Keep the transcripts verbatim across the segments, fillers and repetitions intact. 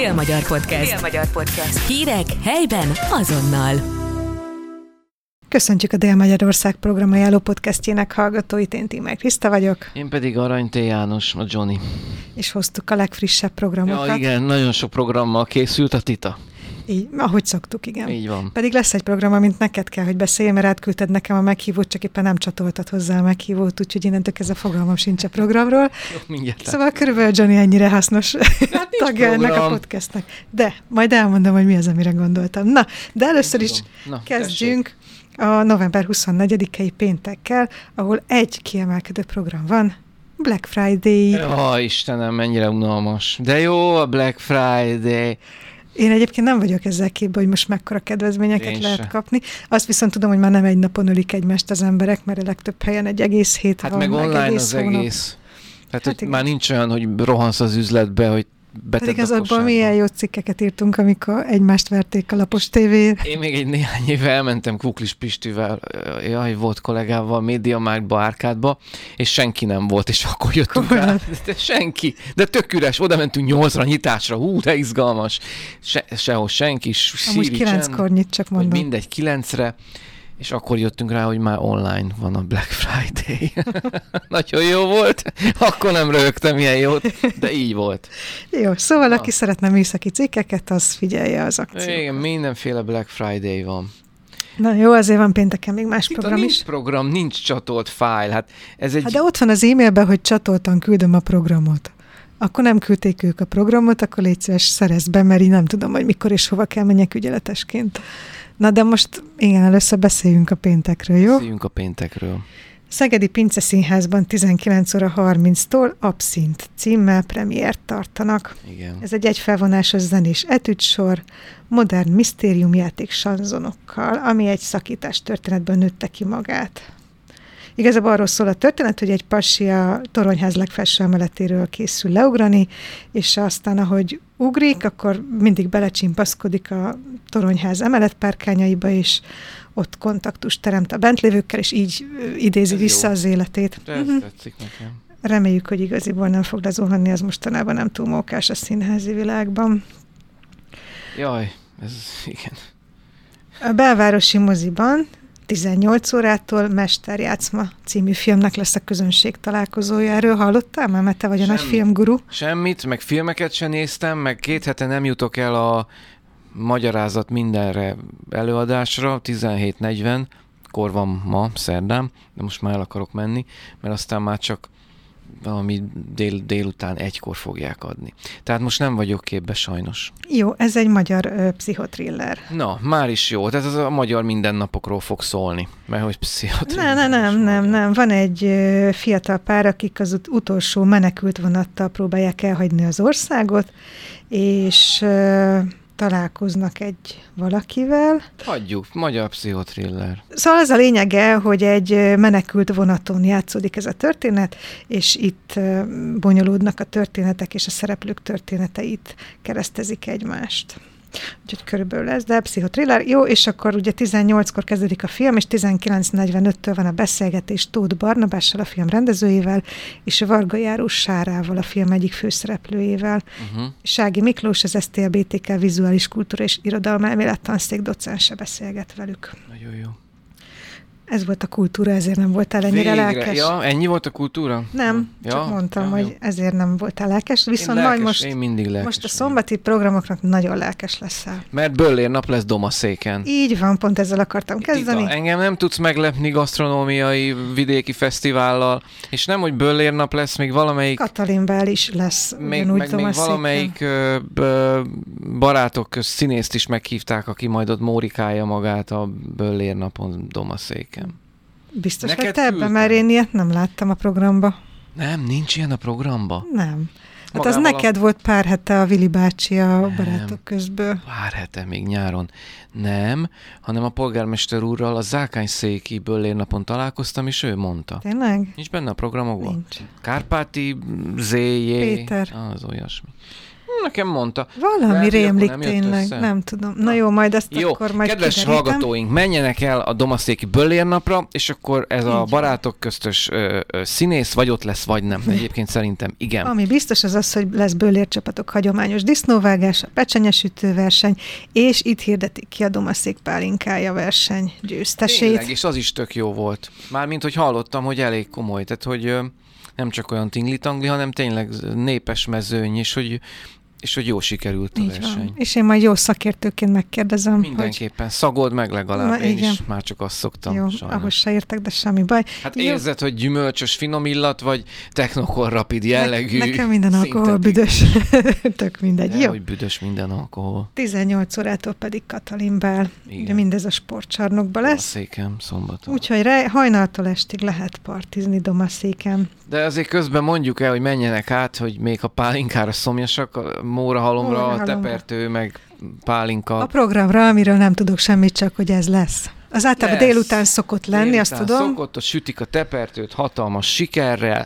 Dél-Magyar Podcast. Dél-Magyar Podcast. Hírek helyben azonnal. Köszöntjük a Dél-Magyarország programajánló podcastjének hallgatóit, én Tímár Kriszta vagyok. Én pedig Arany T. János, a Johnny. És hoztuk a legfrissebb programokat. Ja, igen, nagyon sok programmal készült a Tita. Így, ahogy szoktuk, igen. Így van. Pedig lesz egy program, amint neked kell, hogy beszélj, mert átküldted nekem a meghívót, csak éppen nem csatoltad hozzá a meghívót, úgyhogy innentől kezdve fogalmam sincs a programról. Jó, mindjárt. Szóval körülbelül Johnny ennyire hasznos hát tagja ennek a podcastnek. De majd elmondom, hogy mi az, amire gondoltam. Na, de először is Na, kezdjünk tessék. A november huszonnegyedikei péntekkel, ahol egy kiemelkedő program van, Black Friday. Ja, Istenem, mennyire unalmas. De jó a Black Friday. Én egyébként nem vagyok ezzel képben, hogy most mekkora kedvezményeket Én lehet se. kapni. Azt viszont tudom, hogy már nem egy napon ölik egymást az emberek, mert a legtöbb helyen egy egész hét Hát van, meg online egész az hónap. egész. Tehát, Hát hogy már nincs olyan, hogy rohansz az üzletbe, hogy betedd Pedig a azokban kosárba. milyen jó cikkeket írtunk, amikor egymást verték a lapos tévén. Én még egy néhány éve elmentem Kuklis Pistivel, jaj, volt kollégával, Médiamarktba, Árkádba, és senki nem volt, és akkor jöttünk Komolyan? rá. De senki, de tök üres, oda mentünk nyolcra nyitásra, hú, de izgalmas. Se, sehol senki, Amúgy síri kilenckor nyit, csak vagy mondom. mindegy, kilencre, és akkor jöttünk rá, hogy már online van a Black Friday. Nagyon jó volt, akkor nem röhögtem ilyen jót, de így volt. Jó, szóval Na. aki szeretne műszaki cikkeket, az figyelje az akciót. Igen, mindenféle Black Friday van. Na jó, azért van pénteken még más Itt program nincs is. program, nincs csatolt fájl. Hát ez egy... Hát de ott van az e-mailben, hogy csatoltan küldöm a programot. Akkor nem küldték ők a programot, akkor légy szíves, szerezd be, mert így nem tudom, hogy mikor és hova kell menjek ügyeletesként. Na de most igen, először beszéljünk a péntekről, jó? Beszéljünk a péntekről. Szegedi Pince Színházban tizenkilenc óra harminctól Abszint címmel premiért tartanak. Igen. Ez egy egyfelvonásos zenés etüdsor, modern misztériumjáték sanzonokkal, ami egy szakítás történetből nőtte ki magát. Igazából arról szól a történet, hogy egy pasi a toronyház legfelső emeletéről készül leugrani, és aztán, ahogy ugrik, akkor mindig belecsimpaszkodik a toronyház emeletpárkányaiba, és ott kontaktust teremt a bentlévőkkel, és így ö, idézi Ez vissza jó. az életét. De ez Mhm. tetszik nekem. Reméljük, hogy igaziból nem fog lezuhanni, az mostanában nem túl mókás a színházi világban. Jaj, ez igen. A belvárosi moziban tizennyolc órától Mesterjátszma című filmnek lesz a közönség találkozója. Erről hallottál már, mert te vagy a nagy Semmit. filmguru? Semmit, meg filmeket sem néztem, meg két hete nem jutok el a magyarázat mindenre előadásra, tizenhét negyven, kor van ma, szerdán, de most már el akarok menni, mert aztán már csak valami dél, délután egykor fogják adni. Tehát most nem vagyok képbe sajnos. Jó, ez egy magyar ö, pszichotriller. Na, már is jó. Tehát ez a magyar mindennapokról fog szólni, mert hogy pszichotriller. Nem, nem, nem, is nem, magyar. nem. Van egy ö, fiatal pár, akik az ut- utolsó menekült vonattal próbálják elhagyni az országot, és ö, találkoznak egy valakivel. Hagyjuk, magyar pszichotriller. Szóval az a lényege, hogy egy ö, menekült vonaton játszódik ez a történet, és itt ö, bonyolódnak a történetek, és a szereplők történeteit keresztezik egymást. Úgyhogy körülbelül ez, de pszichotriller. Jó, és akkor ugye tizennyolckor kezdődik a film, és tizenkilenc negyvenöttől van a beszélgetés Tóth Barnabással, a film rendezőjével, és Varga Járós Sárával, a film egyik főszereplőjével. Uh-huh. Sági Miklós, az es té el bé té ká vizuális kultúra és irodalmelmélet tanszék docense beszélget velük. Nagyon jó. Ez volt a kultúra, ezért nem voltál ennyire Végre. lelkes. Ja, ennyi volt a kultúra? Nem, ja, csak mondtam, ja, hogy jó. ezért nem voltál lelkes, viszont Én majd lelkes, most, én mindig lelkes most a vagyok. szombati programoknak nagyon lelkes leszel. Mert Böllér nap lesz Domaszéken. Így van, pont ezzel akartam kezdeni. Tita, engem nem tudsz meglepni gasztronómiai vidéki fesztivállal, és nem, hogy Böllér nap lesz, még valamelyik, Katalinbál is lesz még, ugyanúgy meg még Domaszéken. valamelyik ö, ö, barátok közt színészt is meghívták, aki majd ott mórikálja magát a Böllér napon Domaszéken. Biztos Neked vagy te ebben, küldtem. mert én ilyet nem láttam a programba. Nem, nincs ilyen a programba. Nem. Hát Magával az a- neked volt pár hete a Vili bácsi a Nem. barátok közből. Pár hete, még nyáron. Nem, hanem a polgármester úrral a Zákányszéki Böllér napon találkoztam, és ő mondta. Tényleg? Nincs benne a programokban? Nincs. Kárpáti zé jé. Péter. Az olyasmi. Nekem mondta. Valami rémlik tényleg, nem tudom. Na jó, majd ezt jó, akkor majd kedves kiderítem. hallgatóink, menjenek el a Domaszéki Böllér-napra, és akkor ez Így a van. barátok köztös ö, ö, színész vagy ott lesz, vagy nem. Egyébként szerintem igen. Ami biztos az az, hogy lesz bőlércsapatok hagyományos disznóvágása, pecsenyesütő verseny, és itt hirdetik ki a Domaszék pálinkája verseny győztesét. Tényleg, és az is tök jó volt. Mármint, hogy hallottam, hogy elég komoly, tehát hogy ö, nem csak olyan tingli-tangli, hanem tényleg népes mezőny, és hogy és hogy jó sikerült a Így verseny. van. És én majd jó szakértőként megkérdezem, Mindenképpen. Hogy... Szagold meg legalább. Ma, én igen. is már csak azt szoktam. Jó, sajnos. ahhoz se értek, de semmi baj. Hát jó. érzed, hogy gyümölcsös finom illat, vagy technokor rapid jellegű. Ne, nekem minden alkohol büdös. Tök mindegy. De, jó. hogy büdös minden alkohol. tizennyolc órától pedig Katalin Bál. Igen. Ugye mindez a sportcsarnokban lesz. Domaszéken, szombaton. Úgyhogy re- hajnaltól estig lehet partizni Domaszéken. De azért közben mondjuk el, hogy menjenek át, hogy még a pálinkára szomjasak, a mórahalomra, Mórahalomra. a tepertő, meg pálinka. A programra, amiről nem tudok semmit, csak hogy ez lesz. Az általában Lesz. délután szokott lenni, Délután azt tudom. Szokott, ott sütik a tepertőt hatalmas sikerrel,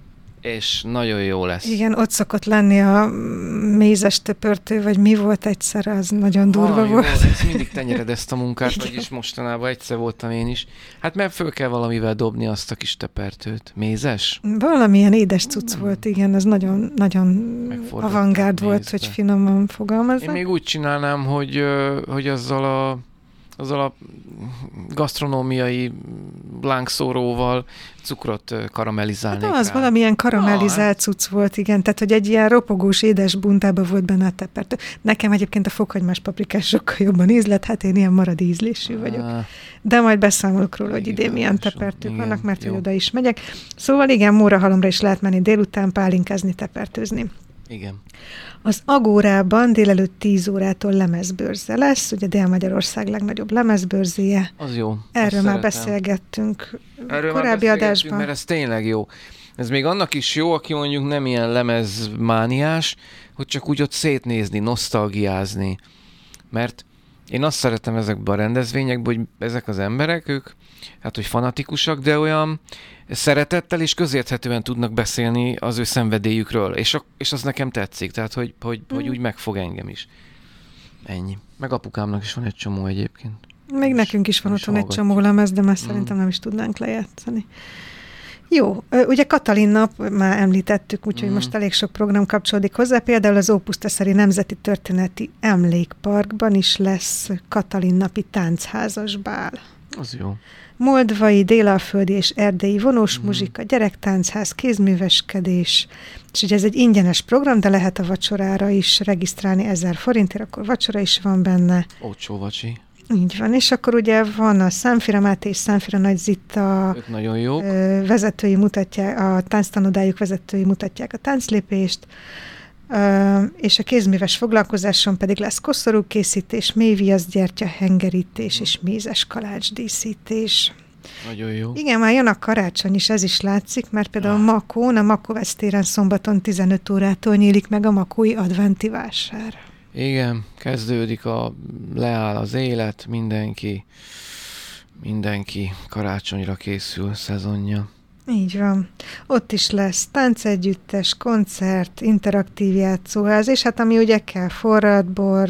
és nagyon jó lesz. Igen, ott szokott lenni a mézes töpörtő, vagy mi volt egyszer, az nagyon durva Valami volt. volt. Ezt mindig tenyered ezt a munkát, vagyis mostanában egyszer voltam én is. Hát mert föl kell valamivel dobni azt a kis tepertőt. Mézes? Valamilyen édes cucc volt, igen, az nagyon, nagyon Megfordították avantgárd volt, mézbe. hogy finoman fogalmazza. Én még úgy csinálnám, hogy, ö, hogy azzal a azzal a gasztronómiai lángszóróval cukrot ö, karamellizálnék Hát az rá. valamilyen karamellizált Na, cucc volt, igen, tehát hogy egy ilyen ropogós, édes buntában volt benne a tepertő. Nekem egyébként a fokhagymás paprikás sokkal jobban ízlett, hát én ilyen marad ízlésű vagyok. Á, De majd beszámolok róla, hogy Igen, idén milyen ráadásul. tepertők Igen, vannak, mert jó. hogy oda is megyek. Szóval igen, Mórahalomra is lehet menni délután pálinkázni, tepertőzni. igen. Az Agórában délelőtt tíz órától lemezbőrze lesz, ugye Dél-Magyarország legnagyobb lemezbőrzéje. Az jó. Erről Azt már szeretem. beszélgettünk Erről korábbi már beszélgettünk, adásban. mert ez tényleg jó. Ez még annak is jó, aki mondjuk nem ilyen lemezmániás, hogy csak úgy ott szétnézni, nosztalgiázni. Mert én azt szeretem ezekben a rendezvényekben, hogy ezek az emberek, ők, hát hogy fanatikusak, de olyan szeretettel és közérthetően tudnak beszélni az ő szenvedélyükről, és, a, és az nekem tetszik, tehát hogy, hogy, mm. hogy úgy megfog engem is. Ennyi. Meg apukámnak is van egy csomó egyébként. Még És nekünk is van is otthon egy hallgatjuk. csomó lemez, de már Mm. szerintem nem is tudnánk lejátszani. Jó, ö, ugye Katalin nap, már említettük, úgyhogy Mm. most elég sok program kapcsolódik hozzá. Például az Ópusztaszeri Nemzeti Történeti Emlékparkban is lesz Katalin napi táncházas bál. Az jó. Moldvai, délalföldi és erdélyi vonós Mhm. muzsika, gyerektáncházz, kézműveskedés, és ugye ez egy ingyenes program, de lehet a vacsorára is regisztrálni ezer forintért, akkor vacsora is van benne. Olcsó vacsi. Így van, és akkor ugye van a Számfira Máté és Számfira Nagy Zitta Ők nagyon jók. ö, vezetői mutatják, a tánctanodájuk vezetői mutatják a tánclépést, ö, és a kézműves foglalkozáson pedig lesz koszorúkészítés, mélyviaszgyertya, hengerítés és mézes kalácsdíszítés. Nagyon jó. Igen, már jön a karácsony is, ez is látszik, mert például Ah. Makón, a Makovec téren szombaton tizenöt órától nyílik meg a makói adventi vásár. Igen, kezdődik a, leáll az élet, mindenki, mindenki karácsonyra készül, szezonja. Így van. Ott is lesz táncegyüttes, koncert, interaktív játszóház, és hát ami ugye kell, forradbor,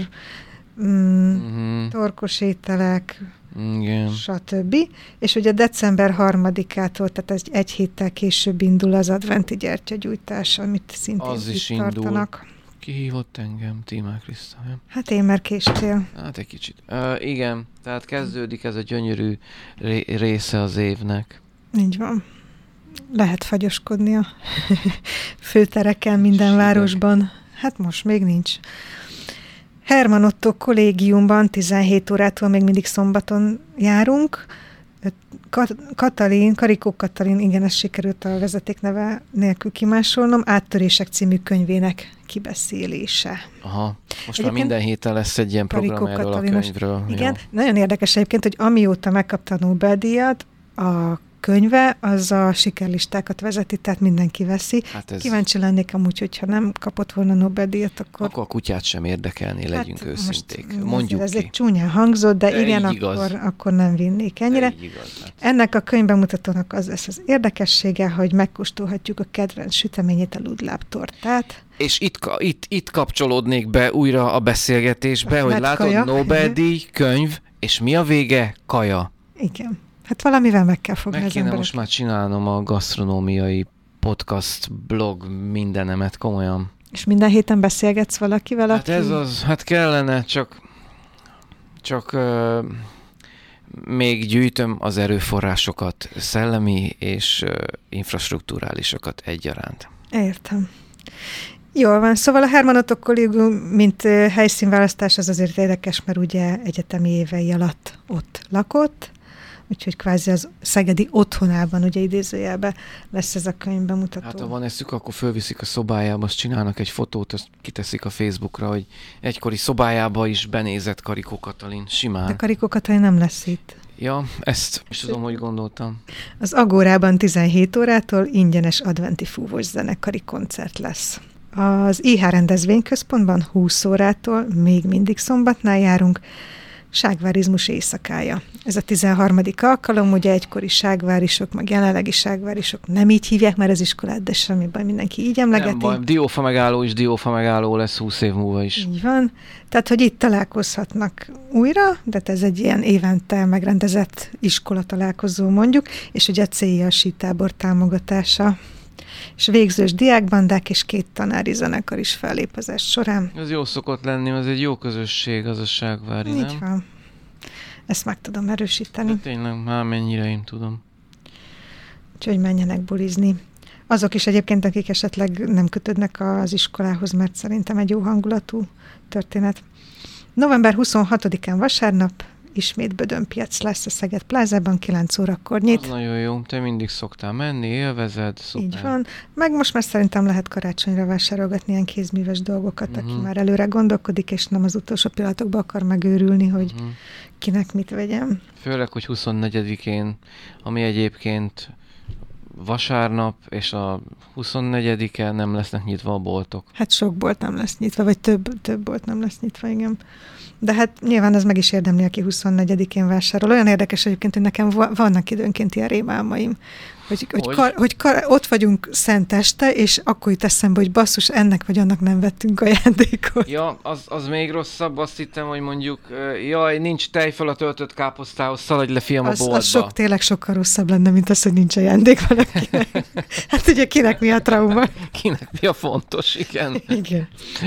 mm, Uh-huh. torkos ételek, Igen. stb. És ugye december harmadikától, tehát egy, egy héttel később indul az adventi gyertyagyújtás, amit szintén Az itt is indul. tartanak. Ki hívott engem? Tímár Kriszta, nem? Hát én már késtél. Hát egy kicsit. Uh, igen, tehát kezdődik ez a gyönyörű ré- része az évnek. Így van. Lehet fagyoskodni a főtereken minden Hideg. városban. Hát most még nincs. Herman Otto kollégiumban tizenhét órától még mindig szombaton járunk. Kat- Katalin, Karikó Katalin, igen, ez sikerült a vezetékneve nélkül kimásolnom, Áttörések című könyvének kibeszélése. Aha. Most Egyébként már minden héten lesz egy ilyen program Karikó erről a Katalinos- könyvről. Igen, Jó. nagyon érdekes egyébként, hogy amióta megkapta a Nobel-díjat, a könyve, az a sikerlistákat vezeti, tehát mindenki veszi. Hát ez... Kíváncsi lennék amúgy, hogyha nem kapott volna Nobel-díjat, akkor... Akkor a kutyát sem érdekelni, legyünk hát őszinték. most Mondjuk ez ki. egy csúnyán hangzott, de, De igen, így igaz. akkor, akkor nem vinnék ennyire. De így igaz, hát. Ennek a könyvbemutatónak az lesz az érdekessége, hogy megkóstolhatjuk a kedvenc süteményét, a ludláb tortát. és itt, itt, itt kapcsolódnék be újra a beszélgetésbe, a hogy látod, kaja. Nobel-díj, könyv, és mi a vége? Kaja. Igen. Hát valamivel meg kell fogni meg az kéne emberek. most már csinálnom a gasztronómiai podcast, blog, mindenemet, komolyan. És minden héten beszélgetsz valakivel, Hát aki... ez az, hát kellene, csak csak uh, még gyűjtöm az erőforrásokat, szellemi és uh, infrastrukturálisokat egyaránt. Értem. Jól van, szóval a Hermanotto Collegium, mint uh, helyszínválasztás, az azért érdekes, mert ugye egyetemi évei alatt ott lakott, úgyhogy kvázi az szegedi otthonában, ugye idézőjelben lesz ez a könyv bemutató. Hát ha van eszük, akkor fölviszik a szobájába, azt csinálnak egy fotót, azt kiteszik a Facebookra, hogy egykori szobájába is benézett Karikó Katalin, simán. De Karikó Katalin nem lesz itt. Ja, ezt is tudom, hogy gondoltam. Az Agórában tizenhét órától ingyenes adventi fúvós zenekari koncert lesz. Az i há rendezvényközpontban húsz órától, még mindig szombatnál járunk, Ságvárizmus éjszakája. Ez a tizenharmadik alkalom, ugye egykori ságvárisok, meg jelenlegi ságvárisok nem így hívják már az iskolát, de semmi baj, mindenki így emlegeti. Nem baj, diófa megálló is diófa megálló lesz húsz év múlva is. Így van. Tehát, hogy itt találkozhatnak újra, de ez egy ilyen évente megrendezett iskola találkozó mondjuk, és ugye a célja a sítábor támogatása. És végzős diákbandák és két tanári zenekar is fellépezés során. Ez jó szokott lenni, ez egy jó közösség, az a Ságvári, nem? Így van. Ezt meg tudom erősíteni. De tényleg, már mennyire én tudom. Úgyhogy menjenek bulizni. Azok is egyébként, akik esetleg nem kötődnek az iskolához, mert szerintem egy jó hangulatú történet. november huszonhatodikán vasárnap ismét Bödönpiac lesz a Szeged Plázában, kilenc órakor nyit. Az nagyon jó, te mindig szoktál menni, élvezed, szuper. Így van. Meg most már szerintem lehet karácsonyra vásárolgatni ilyen kézműves dolgokat, uh-huh. aki már előre gondolkodik, és nem az utolsó pillanatokban akar megőrülni, hogy uh-huh. kinek mit vegyem. Főleg, hogy huszonnegyedikén, ami egyébként vasárnap, és a huszonnegyedike nem lesznek nyitva a boltok. Hát sok bolt nem lesz nyitva, vagy több, több bolt nem lesz nyitva, igen. De hát nyilván az meg is érdemli, aki huszonnegyedikén vásárol. Olyan érdekes egyébként, hogy nekem vannak időnként ilyen rémálmaim, hogy, hogy, hogy? Kar, hogy kar, ott vagyunk szenteste, és akkor jut eszembe, hogy basszus, ennek vagy annak nem vettünk ajándékot. Ja, az, az még rosszabb, azt hittem, hogy mondjuk, jaj, nincs tej fel a töltött káposztához, szaladj le, fiam, a az, boltba. Az sok, tényleg sokkal rosszabb lenne, mint az, hogy nincs ajándék valakinek. Hát ugye kinek mi a trauma? Kinek mi a fontos, igen. Igen.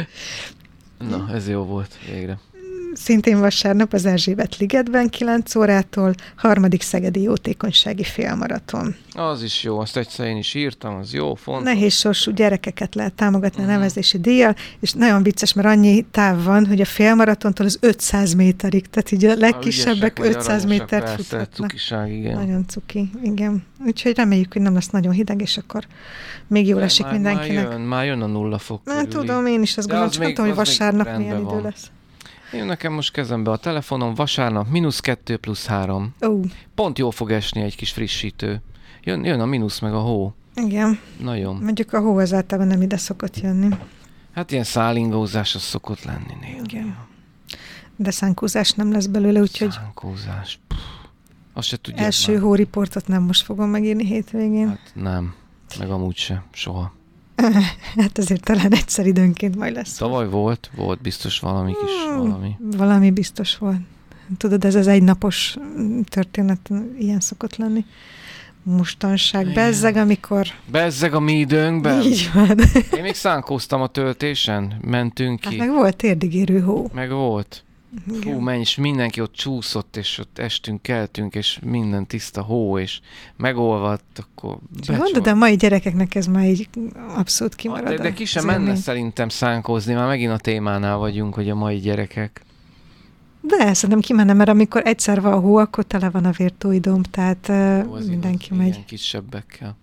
Na, ez jó volt, végre. Szintén vasárnap az Erzsébet ligetben kilenc órától harmadik szegedi jótékonysági félmaraton. Az is jó, azt egyszer én is írtam, az jó, fontos. Nehéz sorsú gyerekeket lehet támogatni uh-huh. a nevezési díjjal, és nagyon vicces, mert annyi táv van, hogy a félmaratontól az ötszáz méterig, tehát így a legkisebbek ötszáz métert futhatnak. Cukiság, igen. Nagyon cuki, igen. Úgyhogy reméljük, hogy nem lesz nagyon hideg, és akkor még jól esik már, mindenkinek. Már jön, már jön a nulla fok Na, tudom, én is azt gondolom, csak nem tudom, hogy vasárnap milyen idő lesz. Én nekem most kezembe a telefonom, vasárnap mínusz kettő plusz három. Oh. Pont jól fog esni egy kis frissítő. Jön, jön a mínusz meg a hó. Igen. Nagyon. Mondjuk a hó az általában nem ide szokott jönni. Hát ilyen szálingózás az szokott lenni néha. Igen. De szánkózás nem lesz belőle, úgyhogy... Szánkózás. Pff. Azt se tudják első már. hóriportot nem most fogom megírni hétvégén. Hát nem. Meg amúgy se. Soha. Hát azért talán egyszer időnként majd lesz. Tavaly volt, volt biztos valami kis hmm, valami. Valami biztos volt. Tudod, ez az egynapos történet, ilyen szokott lenni. Mostanság. Bezzeg, amikor... Bezzeg a mi időnkben. Így van. Én még szánkóztam a töltésen, mentünk ki. Hát meg volt térdigérő hó. Meg volt. Igen. Hú, menj, és mindenki ott csúszott, és ott estünk, keltünk, és minden tiszta hó, és megolvadt, akkor Mondod, de a mai gyerekeknek ez már így abszolút kimarad. De, de ki sem menne élmény. Szerintem szánkózni, már megint a témánál vagyunk, hogy a mai gyerekek. De szerintem kimenne, mert amikor egyszer van hó, akkor tele van a vértóidom, tehát jó, mindenki igaz, megy. Ilyen kisebbekkel.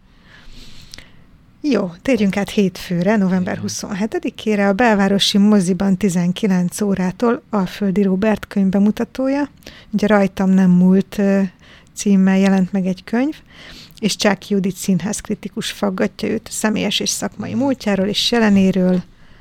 Jó, térjünk át hétfőre, november huszonhetedikére, a belvárosi moziban tizenkilenc órától Alföldi Róbert könyv bemutatója. Ugye Rajtam nem múlt címmel jelent meg egy könyv, és Csáky Judit színházkritikus faggatja őt a személyes és szakmai múltjáról és jelenéről.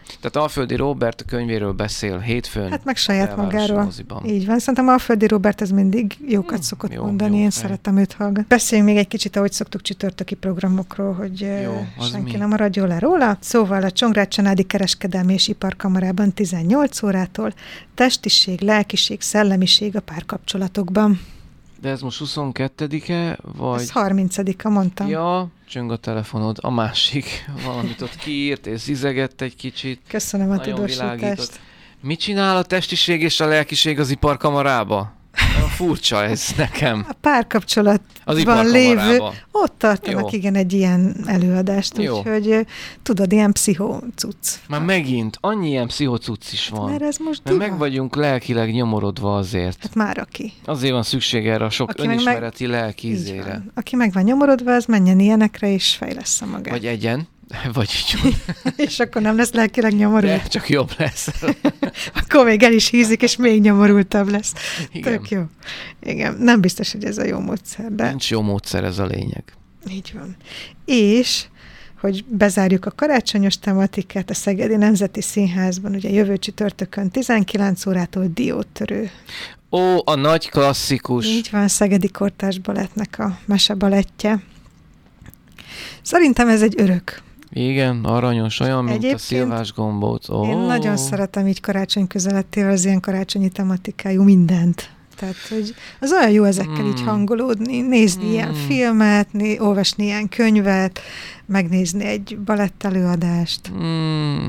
Tehát Alföldi Róbert a könyvéről beszél hétfőn. Hát meg saját magáról. Moziban. Így van. Szerintem Alföldi Róbert ez mindig jókat hmm, szokott jó, mondani. Jó, Én fej. szeretem őt hallgatni. Beszéljünk még egy kicsit, ahogy szoktuk csütörtöki programokról, hogy jó, senki mi? nem maradjon le róla. Szóval a Csongrád Csanádi Kereskedelmi és Iparkamarában tizennyolc órától testiség, lelkiség, szellemiség a párkapcsolatokban. De ez most huszonkettedike, vagy... Ez harmincadika, mondtam. Ja, csöng a telefonod. A másik valamit ott kiírt, és zizegett egy kicsit. Köszönöm a tudósítást. Mit csinál a testiség és a lelkiség az iparkamarába? Furcsa ez nekem. A párkapcsolatban lévő, ott tartanak Jó. igen egy ilyen előadást, Jó. úgyhogy tudod, ilyen pszichocucc. Már megint, annyi ilyen pszichocucc is van. Mert ez most Mert meg vagyunk lelkileg nyomorodva azért. Hát már aki. Azért van szükség erre a sok aki önismereti meg... lelkízére. Aki meg van nyomorodva, az menjen ilyenekre, és fejlessze magát. Vagy egyen. Vagy így. És akkor nem lesz lelkileg nyomorult. De csak jobb lesz. Akkor még el is hízik, és még nyomorultabb lesz. Igen. Tök jó. Igen, nem biztos, hogy ez a jó módszer. De... Nincs jó módszer, ez a lényeg. Így van. És, hogy bezárjuk a karácsonyos tematikát, a Szegedi Nemzeti Színházban, ugye jövő csütörtökön tizenkilenc órától Diótörő. Ó, a nagy klasszikus. Így van, Szegedi Kortárs Balettnek a mesebalettje. Szerintem ez egy örök. Igen, aranyos, olyan, mint Egyébként a szilvás gombóc. Oh. Én nagyon szeretem így karácsony közelettével az ilyen karácsonyi tematikájú mindent. Tehát, hogy az olyan jó ezekkel mm. így hangolódni, nézni mm. ilyen filmet, né- olvasni ilyen könyvet, megnézni egy balettelőadást. Mm.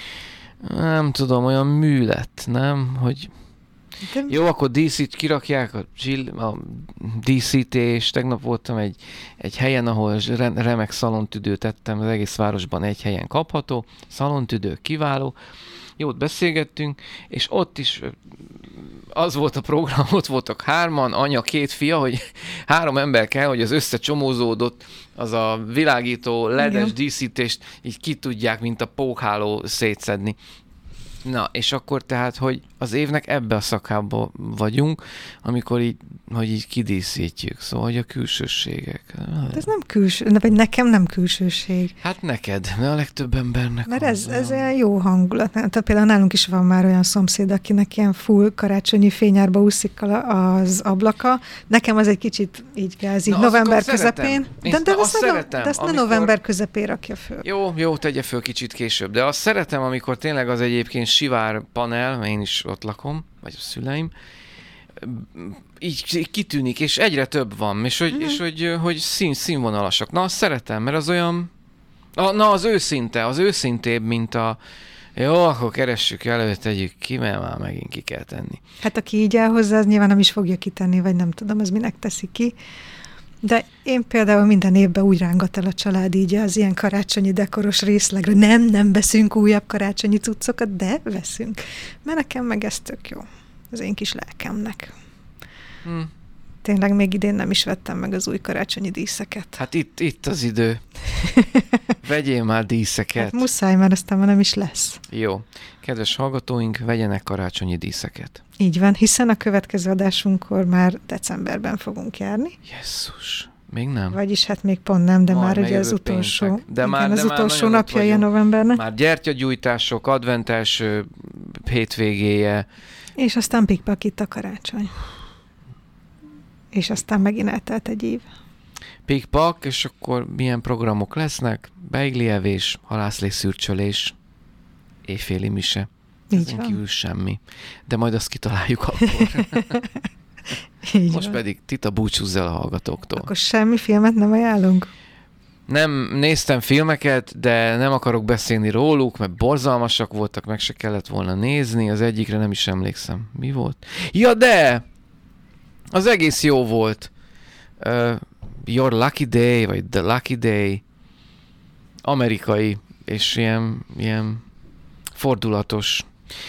Nem tudom, olyan műlet, nem? Hogy... De... Jó, akkor díszít, kirakják a, csill- a díszítés. Tegnap voltam egy, egy helyen, ahol remek szalontüdőt ettem, az egész városban egy helyen kapható. Szalontüdő kiváló. Jót beszélgettünk, és ott is az volt a program, ott voltak hárman, anya, két fia, hogy három ember kell, hogy az összecsomózódott, az a világító ledes díszítést így ki tudják, mint a pókháló szétszedni. Na, és akkor tehát, hogy az évnek ebbe a szakába vagyunk, amikor így, hogy így kidíszítjük. Szóval, hogy a külsőségek. De ez nem külső, vagy nekem nem külsőség. Hát neked, mert a legtöbb embernek. Mert ez, ez olyan jó hangulat. Tehát például nálunk is van már olyan szomszéd, akinek ilyen full karácsonyi fényárba úszik az ablaka. Nekem az egy kicsit így gáz, így Na, november közepén. Én de, de azt azt szeretem. De ezt amikor... ne november közepén rakja föl. Jó, jó, tegye föl kicsit később. De azt szeretem, amikor tényleg az egyébként sivár panel, mert én is ott lakom, vagy a szüleim, így kitűnik, és egyre több van, és hogy, mm. és hogy, hogy szín, színvonalasak. Na, azt szeretem, mert az olyan, na, az őszinte, az őszintébb, mint a jó, akkor keressük elő, tegyük ki, mert már megint ki kell tenni. Hát aki így áll hozzá, az nyilván nem is fogja kitenni, vagy nem tudom, az minek teszi ki. De én például minden évben úgy rángat el a család így az ilyen karácsonyi dekoros részlegre. Nem, nem veszünk újabb karácsonyi cuccokat, de veszünk. Mert nekem meg ez tök jó. Az én kis lelkemnek. Hmm. Tényleg még idén nem is vettem meg az új karácsonyi díszeket. Hát itt, itt az idő. Vegyél már díszeket. Hát muszáj, mert aztán már nem is lesz. Jó. Kedves hallgatóink, vegyenek karácsonyi díszeket. Így van, hiszen a következő adásunkkor már decemberben fogunk járni. Jesszus, még nem? Vagyis hát még pont nem, de Majd már ugye az utolsó, péntek. de igen, már, az de utolsó napjai a novembernek. Már gyertyagyújtások, advent első hétvégéje. És aztán pikpak itt a karácsony. És aztán megint eltelt egy év. Pikpak, és akkor milyen programok lesznek? Beiglievés, halászlészürcsölés, éjféli mise. Ezen kívül semmi. De majd azt kitaláljuk akkor. Most van. Pedig Tita búcsúzz el a hallgatóktól. Akkor semmi filmet nem ajánlunk? Nem néztem filmeket, de nem akarok beszélni róluk, mert borzalmasak voltak, meg se kellett volna nézni. Az egyikre nem is emlékszem. Mi volt? Ja, de! Az egész jó volt. Uh, Your Lucky Day, vagy The Lucky Day. Amerikai, és ilyen, ilyen fordulatos.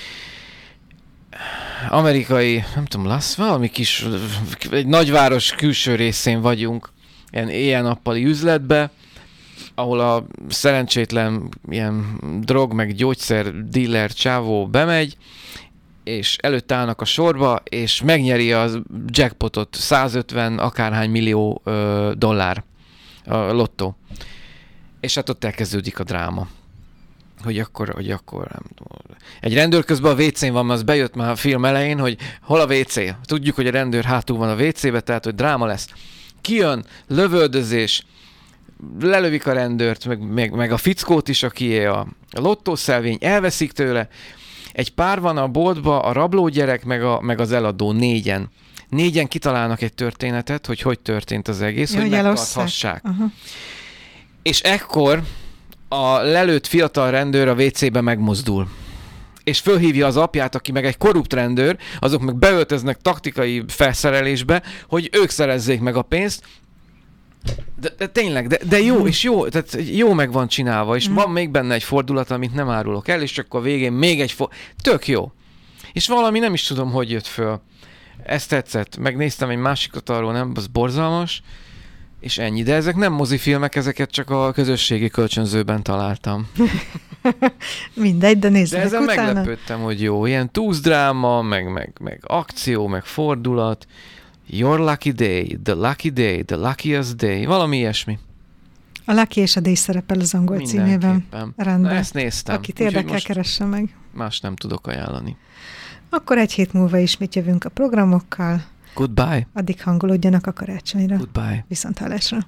Amerikai, nem tudom, Las, valami kis, egy nagyváros külső részén vagyunk, ilyen éjjel-nappali üzletbe, ahol a szerencsétlen ilyen drog, meg gyógyszer dealer csávó bemegy, és előtt állnak a sorba, és megnyeri a jackpotot, százötven akárhány millió ö, dollár a lottó. És hát ott elkezdődik a dráma. hogy akkor, hogy akkor nem tudom. Egy rendőr közben a vécén van, mert az bejött már a film elején, hogy hol a vécé. Tudjuk, hogy a rendőr hátul van a vécébe, tehát, hogy dráma lesz. Kijön, lövöldözés, lelövik a rendőrt, meg, meg, meg a fickót is, aki a, a lottószelvény, elveszik tőle. Egy pár van a boltba, a rablógyerek, meg, a, meg az eladó, négyen. Négyen kitalálnak egy történetet, hogy hogy történt az egész, ja, hogy megtarthassák. Uh-huh. És ekkor a lelőtt fiatal rendőr a vécébe megmozdul. És fölhívja az apját, aki meg egy korrupt rendőr, azok meg beöltöznek taktikai felszerelésbe, hogy ők szerezzék meg a pénzt. De, de tényleg, de, de jó, és jó, tehát jó meg van csinálva, és mm. van még benne egy fordulat, amit nem árulok el, és csak a végén még egy for... Tök jó. És valami nem is tudom, hogy jött föl. Ez tetszett. Megnéztem egy másikat arról, nem, az borzalmas, és ennyi. De ezek nem mozifilmek, ezeket csak a közösségi kölcsönzőben találtam. Mindegy, de nézzük De ezen utána. meglepődtem, hogy jó. Ilyen túszdráma, meg, meg, meg akció, meg fordulat. Your lucky day, the lucky day, the luckiest day. Valami ilyesmi. A Lucky és a Day szerepel az angol címében. Rendben. Na, ezt néztem. Akit érdekel, keresse meg. Más nem tudok ajánlani. Akkor egy hét múlva ismét jövünk a programokkal. Goodbye. Addig hangolódjanak a karácsonyra. Goodbye. Viszonthallásra.